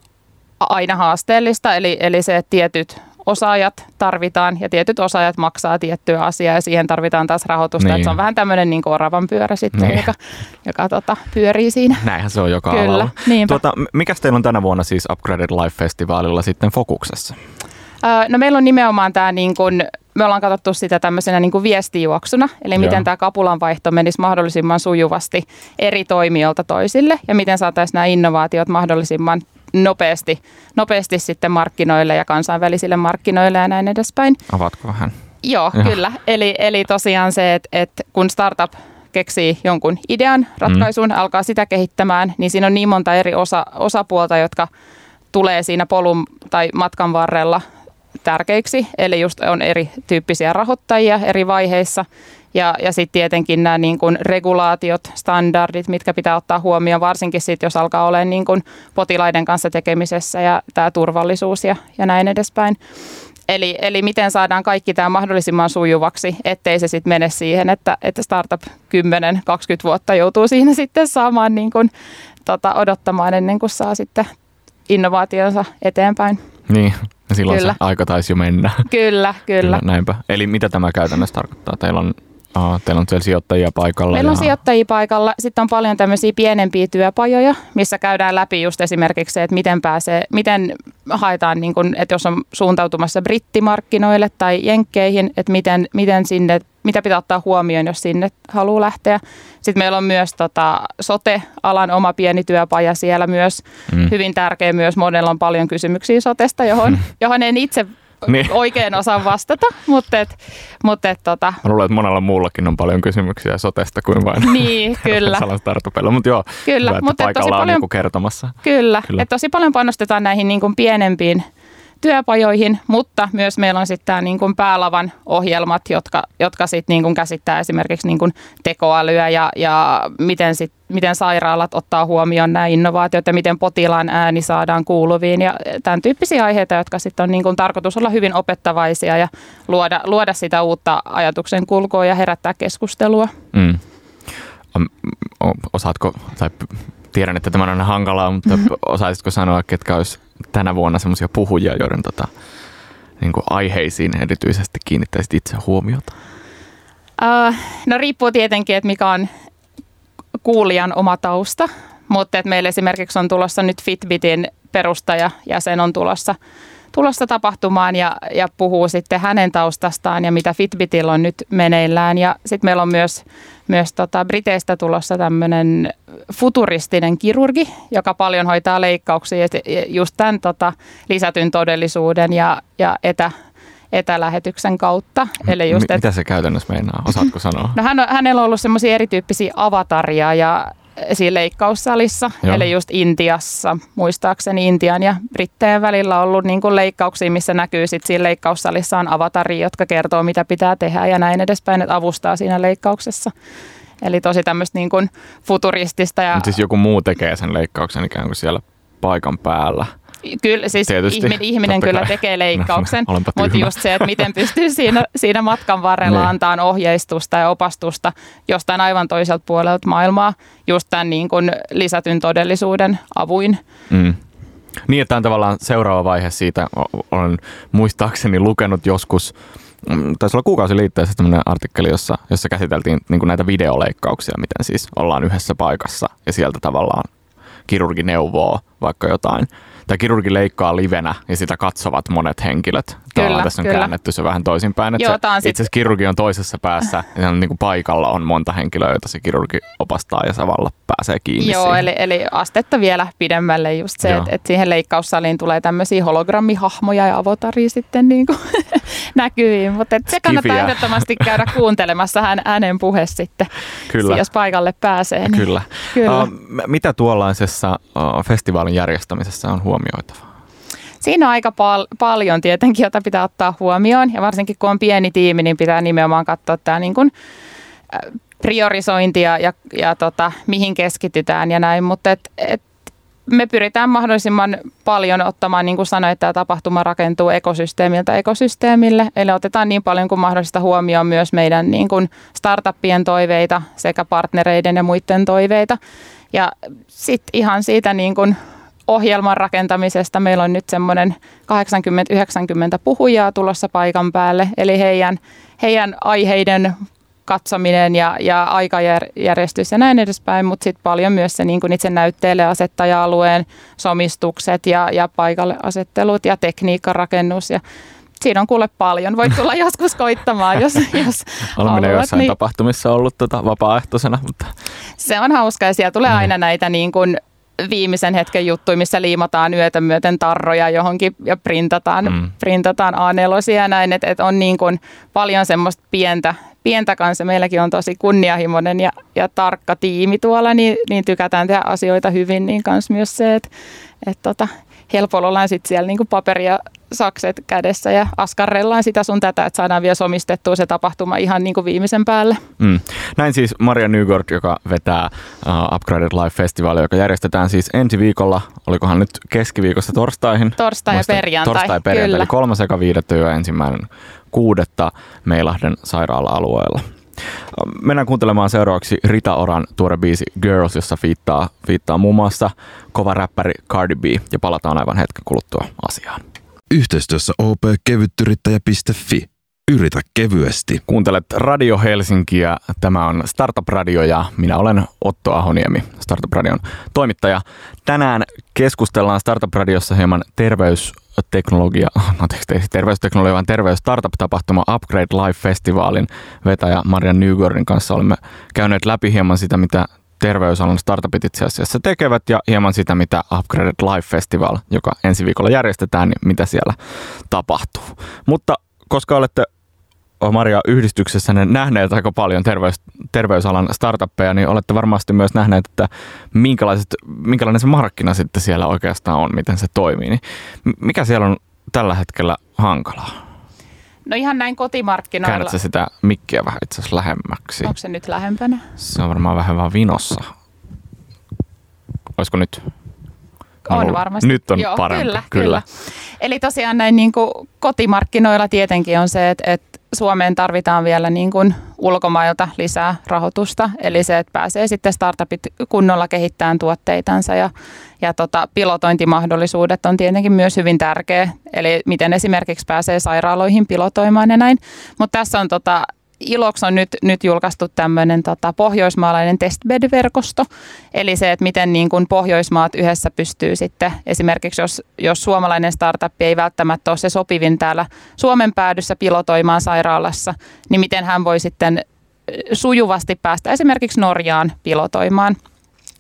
aina haasteellista, eli se, että tietyt osaajat tarvitaan ja tietyt osaajat maksaa tiettyä asiaa ja siihen tarvitaan taas rahoitusta. Niin. Että se on vähän tämmöinen niin kuin oravan pyörä sitten, niin, joka pyörii siinä.
Näinhän se on joka
Kyllä,
alalla.
Niinpä.
Mikäs teillä on tänä vuonna siis Upgraded Life-festivaalilla sitten fokuksessa?
No meillä on nimenomaan tämä, niin kuin, me ollaan katsottu sitä tämmöisenä niin kuin viestijuoksuna, eli miten tämä kapulanvaihto menisi mahdollisimman sujuvasti eri toimijoilta toisille ja miten saataisiin nämä innovaatiot mahdollisimman nopeasti sitten markkinoille ja kansainvälisille markkinoille ja näin edespäin.
Avaatko vähän?
Joo, kyllä. Eli tosiaan se, että kun startup keksii jonkun idean, ratkaisun, alkaa sitä kehittämään, niin siinä on niin monta eri osapuolta, jotka tulee siinä polun tai matkan varrella tärkeiksi. Eli just on erityyppisiä rahoittajia eri vaiheissa. Ja sitten tietenkin nämä niin kuin regulaatiot, standardit, mitkä pitää ottaa huomioon, varsinkin sitten, jos alkaa olemaan niin kuin potilaiden kanssa tekemisessä ja tämä turvallisuus ja näin edespäin. Eli miten saadaan kaikki tämä mahdollisimman sujuvaksi, ettei se sitten mene siihen, että startup 10-20 vuotta joutuu siinä sitten saamaan niin kuin, odottamaan ennen kuin saa sitten innovaationsa eteenpäin.
Niin, ja silloin kyllä. Se aika taisi jo mennä.
Kyllä.
Näinpä. Eli mitä tämä käytännössä tarkoittaa? Teillä on siellä sijoittajia paikalla.
Meillä on sijoittajia paikalla. Sitten on paljon tämmöisiä pienempiä työpajoja, missä käydään läpi just esimerkiksi se, että miten haetaan, niin kun, että jos on suuntautumassa brittimarkkinoille tai jenkkeihin, että miten sinne, mitä pitää ottaa huomioon, jos sinne haluaa lähteä. Sitten meillä on myös sote-alan oma pieni työpaja siellä myös. Hyvin tärkeä myös. Monella on paljon kysymyksiä sotesta, johon en itse oikein osaa vastata, mutta Mä
luulen, että monella muullakin on paljon kysymyksiä sotesta kuin vain
niin, kyllä.
startupilla, mutta joo,
kyllä,
hyvä, että paikalla on niin kertomassa.
Kyllä, että tosi paljon panostetaan näihin niin kuin pienempiin työpajoihin, mutta myös meillä on sitten tämä niin kuin päälavan ohjelmat, jotka sitten niin kuin käsittää esimerkiksi niin kuin tekoälyä ja miten sairaalat ottaa huomioon nämä innovaatiot ja miten potilaan ääni saadaan kuuluviin ja tämän tyyppisiä aiheita, jotka sitten on niin kuin tarkoitus olla hyvin opettavaisia ja luoda sitä uutta ajatuksen kulkua ja herättää keskustelua.
Osaatko, tai tiedän, että tämä on hankalaa, mutta osaisitko sanoa, ketkä olisi tänä vuonna semmoisia puhujia, joiden niin kuin aiheisiin erityisesti kiinnittäisit itse huomiota?
No riippuu tietenkin, että mikä on kuulijan oma tausta, mutta että meillä esimerkiksi on tulossa nyt Fitbitin perustajajäsen on tulossa tapahtumaan ja puhuu sitten hänen taustastaan ja mitä Fitbitillä on nyt meneillään. Ja sitten meillä on myös Briteistä tulossa tämmöinen futuristinen kirurgi, joka paljon hoitaa leikkauksia just tämän lisätyn todellisuuden ja etälähetyksen kautta. Eli just,
mitä se käytännössä meinaa? Osaatko sanoa?
No hänellä on ollut semmoisia erityyppisiä avataria ja siinä leikkaussalissa,
Joo.
eli just Intiassa, muistaakseni Intian ja Brittejen välillä on ollut niin kuin leikkauksia, missä näkyy sitten siinä leikkaussalissa on avataria, jotka kertoo, mitä pitää tehdä ja näin edespäin, että avustaa siinä leikkauksessa. Eli tosi tämmöistä niin kuin futuristista. Ja
siis joku muu tekee sen leikkauksen ikään kuin siellä paikan päällä.
Kyllä, siis ihminen kyllä tekee leikkauksen, mutta just se, että miten pystyy siinä matkan varrella antaa ohjeistusta ja opastusta jostain aivan toiselta puolelta maailmaa, just tämän niin kuin lisätyn todellisuuden avuin.
Niin, että tämä on tavallaan seuraava vaihe siitä. Olen muistaakseni lukenut joskus, taisi olla kuukausiliitteessä tämmöinen artikkeli, jossa käsiteltiin niin kuin näitä videoleikkauksia, miten siis ollaan yhdessä paikassa ja sieltä tavallaan kirurgi neuvoo vaikka jotain. Tai kirurgi leikkaa livenä ja sitä katsovat monet henkilöt.
Kyllä,
tässä on käännetty se vähän toisinpäin. Että itse asiassa kirurgi on toisessa päässä ja niin kuin paikalla on monta henkilöä, joita se kirurgi opastaa ja samalla pääsee kiinni.
Joo, eli astetta vielä pidemmälle just se, että siihen leikkaussaliin tulee tämmöisiä hologrammihahmoja ja avataria sitten niin kuin näkyviin. Mutta se kannattaa ehdottomasti käydä kuuntelemassa hänen puhe sitten, jos paikalle pääsee. Niin.
Kyllä. Mitä tuollaisessa festivaalin järjestämisessä on huomioitava?
Siinä on aika paljon tietenkin, jota pitää ottaa huomioon. Ja varsinkin kun on pieni tiimi, niin pitää nimenomaan katsoa tämä niin kuin priorisointi ja mihin keskitytään ja näin. Mutta me pyritään mahdollisimman paljon ottamaan, niin kuin sanoin, että tämä tapahtuma rakentuu ekosysteemiltä ekosysteemille. Eli otetaan niin paljon kuin mahdollista huomioon myös meidän niin kuin startuppien toiveita sekä partnereiden ja muiden toiveita. Ja sitten ihan siitä niin kuin ohjelman rakentamisesta meillä on nyt semmoinen 80-90 puhujaa tulossa paikan päälle, eli heidän aiheiden katsominen ja aikajärjestys ja näin edespäin, mutta sitten paljon myös se niin kuin itse näytteelle asettaja-alueen somistukset ja paikalle asettelut ja tekniikkarakennus ja siinä on kuule paljon. Voit tulla joskus koittamaan, jos
olen minä jossain tapahtumissa ollut vapaaehtoisena. Mutta
se on hauska ja siellä tulee aina näitä niin kuin viimeisen hetken juttuja, missä liimataan yötä myöten tarroja johonkin ja printataan A4 ja näin, että on niin kuin paljon semmoista pientä kanssa. Meilläkin on tosi kunnianhimoinen ja tarkka tiimi tuolla, niin tykätään tehdä asioita hyvin, niin kanssa myös se, että helpolla ollaan sitten siellä niin kuin paperia sakset kädessä ja askarrellaan sitä sun tätä, että saadaan vielä somistettua se tapahtuma ihan niin kuin viimeisen päälle.
Näin siis Maria Nygård, joka vetää Upgraded Live Festivalia, joka järjestetään siis ensi viikolla, olikohan nyt keskiviikosta torstaihin?
Torstai ja perjantai, kyllä.
Eli 3.5. ja 1.6. Meilahden sairaala-alueella. Mennään kuuntelemaan seuraavaksi Rita Oran tuore biisi Girls, jossa fiittaa muun muassa kova räppäri Cardi B, ja palataan aivan hetken kuluttua asiaan.
Yhteistyössä opkevyttyrittäjä.fi. Yritä kevyesti.
Kuuntelet Radio Helsinkiä. Tämä on Startup Radio ja minä olen Otto Ahoniemi, Startup Radion toimittaja. Tänään keskustellaan Startup Radiossa hieman terveys-startup-tapahtuma Upgrade Live Festivalin vetäjä Maria Nygårdin kanssa. Olemme käyneet läpi hieman sitä, mitä terveysalan startupit itse asiassa tekevät ja hieman sitä, mitä Upgraded Live Festival, joka ensi viikolla järjestetään, niin mitä siellä tapahtuu. Mutta koska olette Maria yhdistyksessänne nähneet aika paljon terveysalan startuppeja, niin olette varmasti myös nähneet, että minkälainen se markkina sitten siellä oikeastaan on, miten se toimii. Niin mikä siellä on tällä hetkellä hankalaa?
No ihan näin kotimarkkinoilla.
Käännätkö sitä mikkiä vähän itse asiassa lähemmäksi?
Onko se nyt lähempänä?
Se on varmaan vähän vaan vinossa. Olisiko nyt?
On varmasti.
Nyt on parempi.
Kyllä. Eli tosiaan näin niin kuin kotimarkkinoilla tietenkin on se, että Suomeen tarvitaan vielä niin kuin ulkomailta lisää rahoitusta. Eli se, että pääsee sitten startupit kunnolla kehittämään tuotteitansa ja pilotointimahdollisuudet on tietenkin myös hyvin tärkeä. Eli miten esimerkiksi pääsee sairaaloihin pilotoimaan ja näin. Mutta tässä on iloksi on nyt julkaistu tämmöinen pohjoismaalainen testbed-verkosto, eli se, että miten niin kuin Pohjoismaat yhdessä pystyy sitten, esimerkiksi jos suomalainen startup ei välttämättä ole se sopivin täällä Suomen päädyssä pilotoimaan sairaalassa, niin miten hän voi sitten sujuvasti päästä esimerkiksi Norjaan pilotoimaan.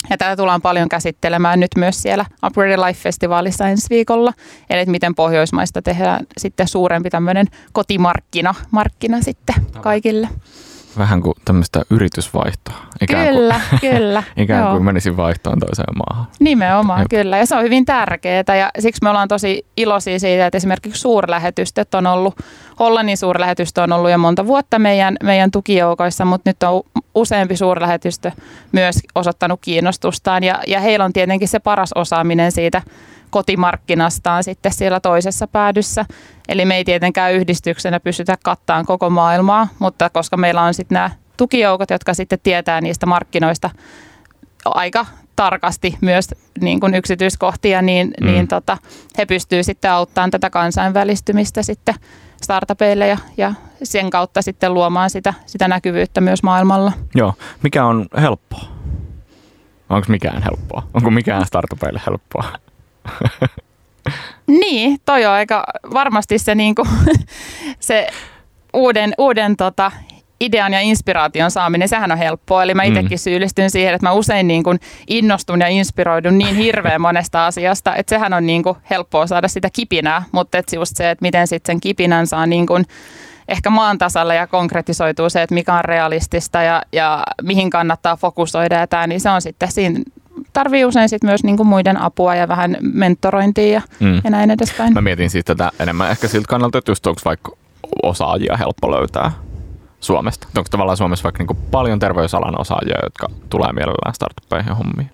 Ja tätä tullaan paljon käsittelemään nyt myös siellä Upgraded Life-festivaalissa ensi viikolla. Eli että miten Pohjoismaista tehdään sitten suurempi tämmöinen kotimarkkina sitten kaikille.
Vähän kuin tämmöistä yritysvaihtoa.
Kyllä.
Ikään kuin menisin vaihtoon toiseen maahan.
Nimenomaan, kyllä. Ja se on hyvin tärkeää. Ja siksi me ollaan tosi iloisia siitä, että esimerkiksi suurlähetystöt on ollut, Hollannin suurlähetystö on ollut jo monta vuotta meidän tukijoukoissa, mutta nyt on useampi suurlähetystö myös osoittanut kiinnostustaan. Ja heillä on tietenkin se paras osaaminen siitä kotimarkkinastaan sitten siellä toisessa päädyssä. Eli me ei tietenkään yhdistyksenä pystytä kattamaan koko maailmaa, mutta koska meillä on sitten nämä tukijoukot, jotka sitten tietää niistä markkinoista aika tarkasti myös niin kuin yksityiskohtia, niin he pystyvät sitten auttamaan tätä kansainvälistymistä sitten startupeille ja sen kautta sitten luomaan sitä näkyvyyttä myös maailmalla.
Joo. Mikä on helppoa? Onko mikään helppoa? Onko mikään startupeille helppoa?
Niin, toi on aika varmasti se, niinku, se uuden idean ja inspiraation saaminen, sehän on helppoa. Eli mä itsekin syyllistyn siihen, että mä usein niin kuin innostun ja inspiroidun niin hirveän monesta asiasta, että sehän on niin kuin helppoa saada sitä kipinää, mutta just se, että miten sitten sen kipinän saa niin kuin ehkä maan tasalle ja konkretisoituu se, että mikä on realistista ja mihin kannattaa fokusoida ja tämä, niin se on sitten siinä. Tarvii usein sit myös niinku muiden apua ja vähän mentorointia ja näin edespäin.
Mä mietin siis tätä enemmän ehkä siltä kannalta, että just onko vaikka osaajia helppo löytää Suomesta. Onko tavallaan Suomessa vaikka niinku paljon terveysalan osaajia, jotka tulee mielellään startuppeihin ja hommiin?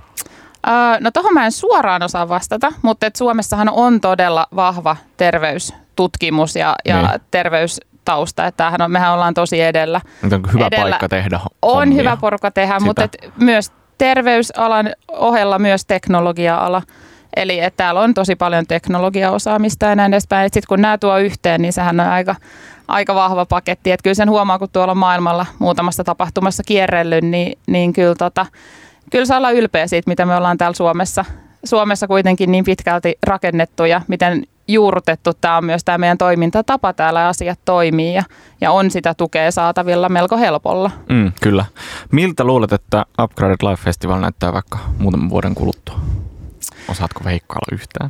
No tohon mä en suoraan osaa vastata, mutta et Suomessahan on todella vahva terveystutkimus ja terveystausta. Että mehän ollaan tosi edellä.
Onko hyvä paikka tehdä hommia?
On hyvä porukka tehdä, mutta myös terveysalan ohella myös teknologia-ala. Eli että täällä on tosi paljon teknologiaosaamista ja näin edespäin. Sitten kun nämä tuo yhteen, niin sehän on aika vahva paketti. Että kyllä sen huomaa, kun tuolla maailmalla muutamassa tapahtumassa kierrellyt, niin kyllä saa olla ylpeä siitä, mitä me ollaan täällä Suomessa kuitenkin niin pitkälti rakennettu ja miten juurrutettu tämä on myös tämä meidän toimintatapa täällä, asiat toimii ja on sitä tukea saatavilla melko helpolla.
Kyllä. Miltä luulet, että Upgraded Life Festival näyttää vaikka muutaman vuoden kuluttua? Osaatko veikkailla yhtään?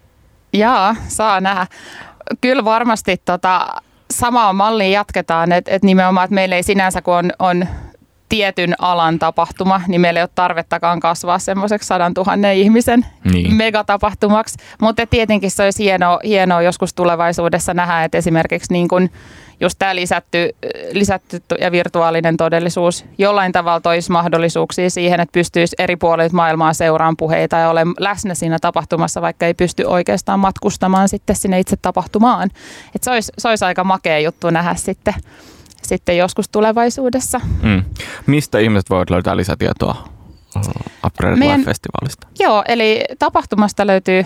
Jaa, saa nähdä. Kyllä varmasti samaa mallia jatketaan, että nimenomaan, että meillä ei sinänsä, kun on tietyn alan tapahtuma, niin meillä ei ole tarvettakaan kasvaa semmoiseksi 100 000 ihmisen megatapahtumaksi. Mutta tietenkin se olisi hienoa joskus tulevaisuudessa nähdä, että esimerkiksi niin kun just tämä lisätty ja virtuaalinen todellisuus jollain tavalla toisi mahdollisuuksia siihen, että pystyisi eri puolilta maailmaa seuraamaan puheita ja olemaan läsnä siinä tapahtumassa, vaikka ei pysty oikeastaan matkustamaan sitten sinne itse tapahtumaan. Et se olisi aika makea juttu nähdä sitten joskus tulevaisuudessa.
Mistä ihmiset voivat löytää lisätietoa Upgraded Life-festivaalista?
Joo, eli tapahtumasta löytyy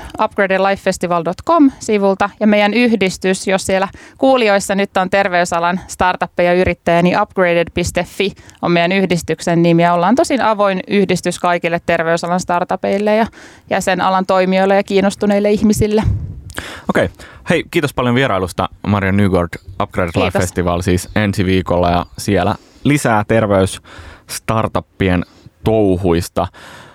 upgradeдлifefestival.com-sivulta ja meidän yhdistys, jos siellä kuulijoissa nyt on terveysalan startuppeja ja yrittäjä, niin upgraded.fi on meidän yhdistyksen nimi ja ollaan tosin avoin yhdistys kaikille terveysalan startupeille ja sen alan toimijoille ja kiinnostuneille ihmisille.
Okei. Hei, kiitos paljon vierailusta, Maria Nygård. Upgraded Life Festival siis ensi viikolla ja siellä lisää terveysstartuppien touhuista.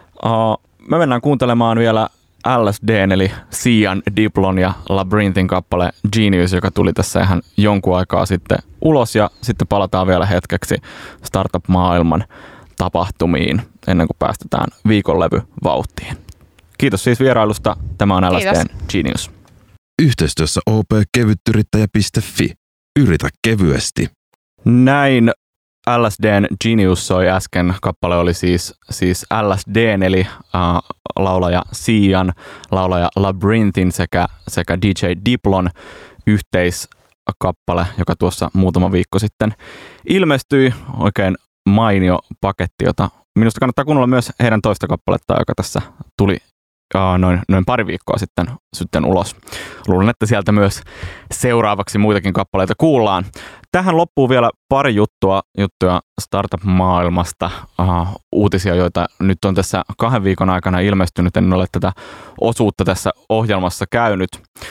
Me mennään kuuntelemaan vielä LSDn eli Sian, Diplon ja Labyrinthin kappale Genius, joka tuli tässä ihan jonkun aikaa sitten ulos ja sitten palataan vielä hetkeksi startup-maailman tapahtumiin ennen kuin päästetään viikonlevy vauhtiin. Kiitos siis vierailusta. Tämä on LSDn Genius.
Yhteistyössä opkevyttyrittäjä.fi. Yritä kevyesti.
Näin LSDn Genius soi äsken. Kappale oli siis LSDn eli laulaja Sian, laulaja Labyrinthin sekä DJ Diplon yhteiskappale, joka tuossa muutama viikko sitten ilmestyi. Oikein mainio paketti, jota minusta kannattaa kuunnella myös heidän toista kappaletta, joka tässä tuli noin pari viikkoa sitten ulos. Luulen, että sieltä myös seuraavaksi muitakin kappaleita kuullaan. Tähän loppuu vielä pari juttuja startup-maailmasta, uutisia, joita nyt on tässä 2 viikon aikana ilmestynyt. En ole tätä osuutta tässä ohjelmassa käynyt.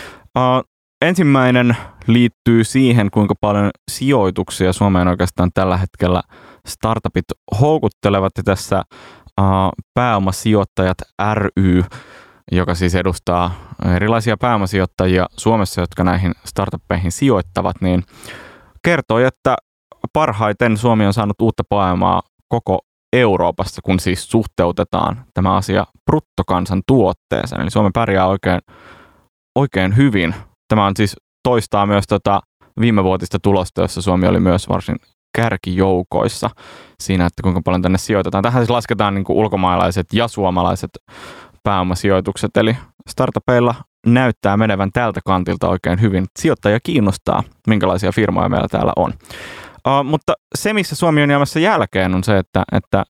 Ensimmäinen liittyy siihen, kuinka paljon sijoituksia Suomeen oikeastaan tällä hetkellä startupit houkuttelevat. Ja tässä pääomasijoittajat ry, joka siis edustaa erilaisia pääomasijoittajia Suomessa, jotka näihin startuppeihin sijoittavat, niin kertoi, että parhaiten Suomi on saanut uutta pääomaa koko Euroopassa, kun siis suhteutetaan tämä asia bruttokansantuotteeseen. Eli Suomi pärjää oikein hyvin. Tämä on siis toistaa myös viimevuotista tulosta, jossa Suomi oli myös varsin kärkijoukoissa siinä, että kuinka paljon tänne sijoitetaan. Tähän siis lasketaan niin kuin ulkomaalaiset ja suomalaiset pääomasijoitukset, eli startupeilla näyttää menevän tältä kantilta oikein hyvin. Sijoittajia kiinnostaa, minkälaisia firmoja meillä täällä on. Mutta se, missä Suomi on jäämässä jälkeen, on se, että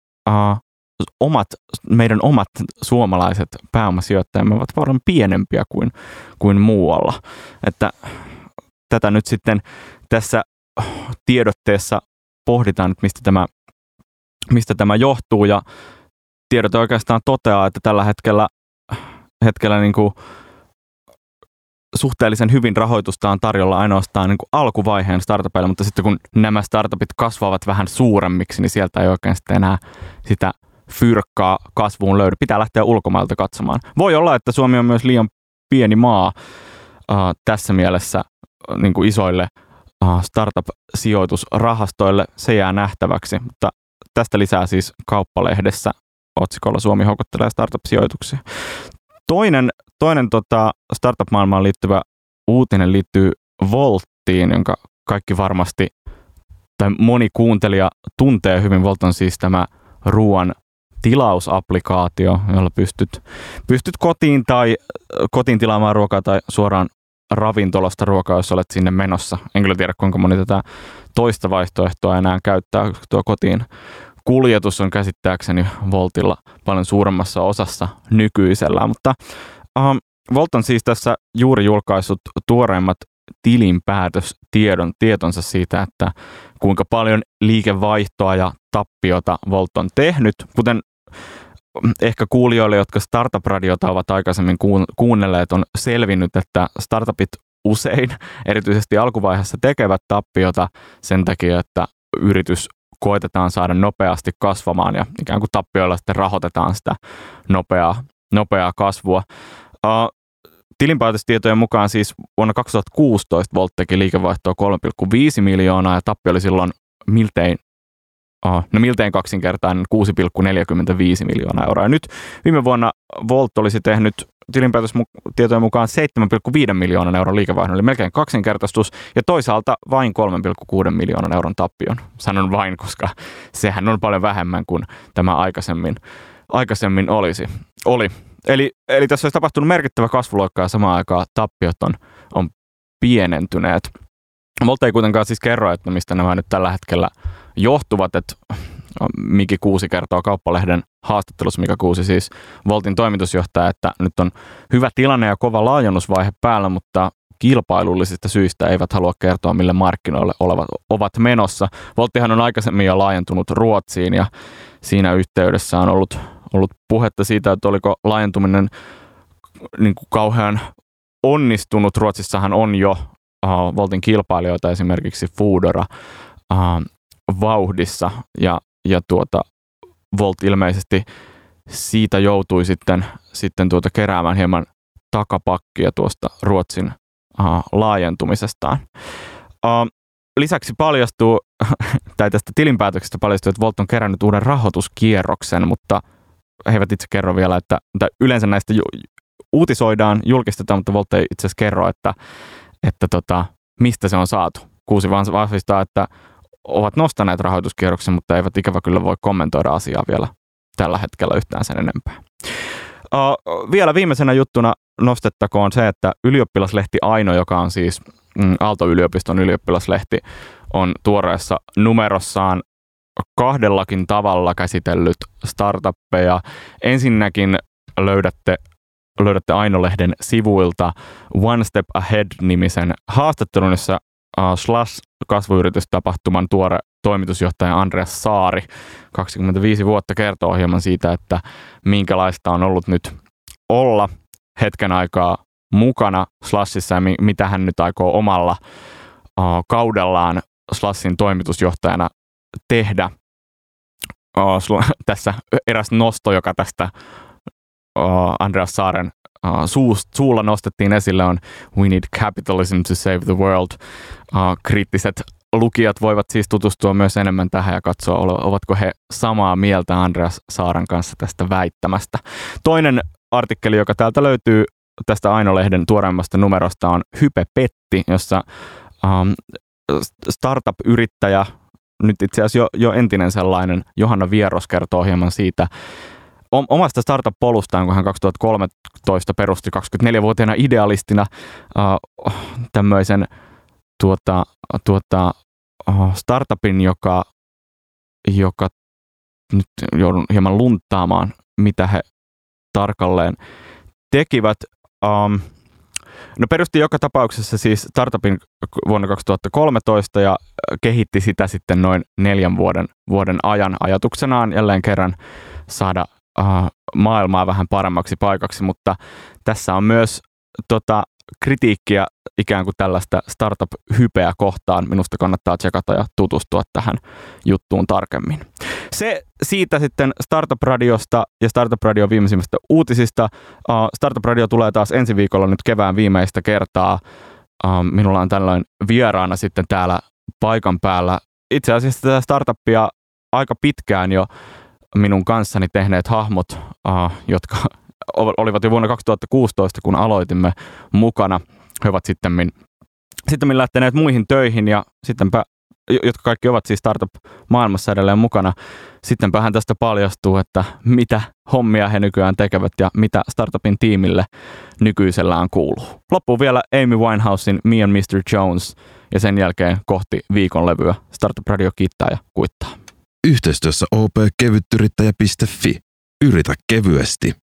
meidän omat suomalaiset pääomasijoittajamme ovat paljon pienempiä kuin muualla. Että tätä nyt sitten tässä tiedotteessa pohditaan, että mistä tämä johtuu, ja tiedote oikeastaan toteaa, että tällä hetkellä niin kuin suhteellisen hyvin rahoitusta on tarjolla ainoastaan niin kuin alkuvaiheen startupeille, mutta sitten kun nämä startupit kasvavat vähän suuremmiksi, niin sieltä ei oikein sitten enää sitä fyrkkaa kasvuun löydy. Pitää lähteä ulkomailta katsomaan. Voi olla, että Suomi on myös liian pieni maa tässä mielessä niin kuin isoille startup-sijoitusrahastoille. Se jää nähtäväksi, mutta tästä lisää siis Kauppalehdessä otsikolla Suomi houkuttelee startup-sijoituksia. Toinen startup-maailmaan liittyvä uutinen liittyy Woltiin, jonka kaikki varmasti, tai moni kuuntelija tuntee hyvin. Wolt on siis tämä ruoan tilausapplikaatio, jolla pystyt kotiin tilaamaan ruokaa tai suoraan ravintolasta ruokaa, jos olet sinne menossa. En kyllä tiedä, kuinka moni tätä toista vaihtoehtoa enää käyttää. Tuo kotiin kuljetus on käsittääkseni Woltilla paljon suuremmassa osassa nykyisellään, mutta Wolt on siis tässä juuri julkaissut tuoreimmat tilinpäätöstietonsa siitä, että kuinka paljon liikevaihtoa ja tappiota Wolt on tehnyt. Kuten ehkä kuulijoille, jotka Startup-radiota ovat aikaisemmin kuunnelleet, on selvinnyt, että startupit usein, erityisesti alkuvaiheessa, tekevät tappiota sen takia, että yritys koetetaan saada nopeasti kasvamaan ja ikään kuin tappioilla sitten rahoitetaan sitä nopeaa kasvua. Tilinpäätöstietojen mukaan siis vuonna 2016 Wolt teki liikevaihtoa 3,5 miljoonaa ja tappio oli silloin miltein kaksinkertainen 6,45 miljoonaa euroa. Ja nyt viime vuonna Wolt olisi tehnyt tilinpäätöstietojen mukaan 7,5 miljoonan euron liikevaihdon, eli melkein kaksinkertaistus, ja toisaalta vain 3,6 miljoonan euron tappion. Sanon vain, koska sehän on paljon vähemmän kuin tämä aikaisemmin oli. Eli tässä olisi tapahtunut merkittävä kasvuloikka ja samaan aikaan tappiot on pienentyneet. Wolt ei kuitenkaan siis kerro, että mistä nämä nyt tällä hetkellä johtuvat, että Miki Kuusi kertoo Kauppalehden haastattelussa, Mika Kuusi siis Woltin toimitusjohtaja, että nyt on hyvä tilanne ja kova laajennusvaihe päällä, mutta kilpailullisista syistä eivät halua kertoa, mille markkinoille ovat menossa. Wolttihan on aikaisemmin jo laajentunut Ruotsiin ja siinä yhteydessä on ollut puhetta siitä, että oliko laajentuminen niin kuin kauhean onnistunut. Ruotsissahan on jo Woltin kilpailijoita, esimerkiksi Foodora vauhdissa ja Wolt ilmeisesti siitä joutui sitten keräämään hieman takapakkia tuosta Ruotsin laajentumisestaan. Lisäksi paljastuu, tai tästä tilinpäätöksestä paljastuu, että Wolt on kerännyt uuden rahoituskierroksen, mutta he eivät itse kerro vielä, että yleensä näistä uutisoidaan, julkistetaan, mutta Wolt ei itse asiassa kerro, että mistä se on saatu. Kuusi vaan vahvistaa, että ovat nostaneet rahoituskierroksen, mutta eivät ikävä kyllä voi kommentoida asiaa vielä tällä hetkellä yhtään sen enempää. Vielä viimeisenä juttuna nostettakoon se, että ylioppilaslehti Aino, joka on siis Aalto-yliopiston ylioppilaslehti, on tuoreessa numerossaan kahdellakin tavalla käsitellyt startuppeja. Ensinnäkin löydätte Aino-lehden sivuilta One Step Ahead-nimisen haastattelun, jossa Slash-kasvuyritystapahtuman tuore toimitusjohtaja Andreas Saari, 25 vuotta, kertoo hieman siitä, että minkälaista on ollut nyt olla hetken aikaa mukana Slashissa ja mitä hän nyt aikoo omalla kaudellaan Slashin toimitusjohtajana tehdä. tässä eräs nosto, joka tästä Andreas Saaren suulla nostettiin esille, on "We need capitalism to save the world". Kriittiset lukijat voivat siis tutustua myös enemmän tähän ja katsoa, ovatko he samaa mieltä Andreas Saaren kanssa tästä väittämästä. Toinen artikkeli, joka täältä löytyy tästä Aino-lehden tuoreimmasta numerosta, on Hype Petti, jossa startup-yrittäjä, nyt itse asiassa jo entinen sellainen, Johanna Vieros kertoo hieman siitä omasta startup-polustaan, kun hän 2013 perusti 24-vuotiaana idealistina tämmöisen startupin, joka nyt joudun hieman lunttaamaan, mitä he tarkalleen tekivät. No perusti joka tapauksessa siis startupin vuonna 2013 ja kehitti sitä sitten noin 4 vuoden ajan ajatuksenaan jälleen kerran saada maailmaa vähän paremmaksi paikaksi, mutta tässä on myös kritiikkiä ikään kuin tällaista startup-hypeä kohtaan. Minusta kannattaa tsekata ja tutustua tähän juttuun tarkemmin. Se siitä sitten Startup Radiosta ja Startup Radio viimeisimmistä uutisista. Startup Radio tulee taas ensi viikolla nyt kevään viimeistä kertaa. Minulla on tällöin vieraana sitten täällä paikan päällä itse asiassa tätä startuppia aika pitkään jo minun kanssani tehneet hahmot, jotka olivat jo vuonna 2016, kun aloitimme mukana. He ovat sittemmin lähteneet muihin töihin ja sittenpä, jotka kaikki ovat siis startup-maailmassa edelleen mukana. Sittenpähän tästä paljastuu, että mitä hommia he nykyään tekevät ja mitä startupin tiimille nykyisellään kuuluu. Loppuu vielä Amy Winehousein Me and Mr. Jones ja sen jälkeen kohti viikonlevyä. Startup Radio kiittää ja kuittaa.
Yhteistyössä opkevyttyrittäjä.fi. Yritä kevyesti.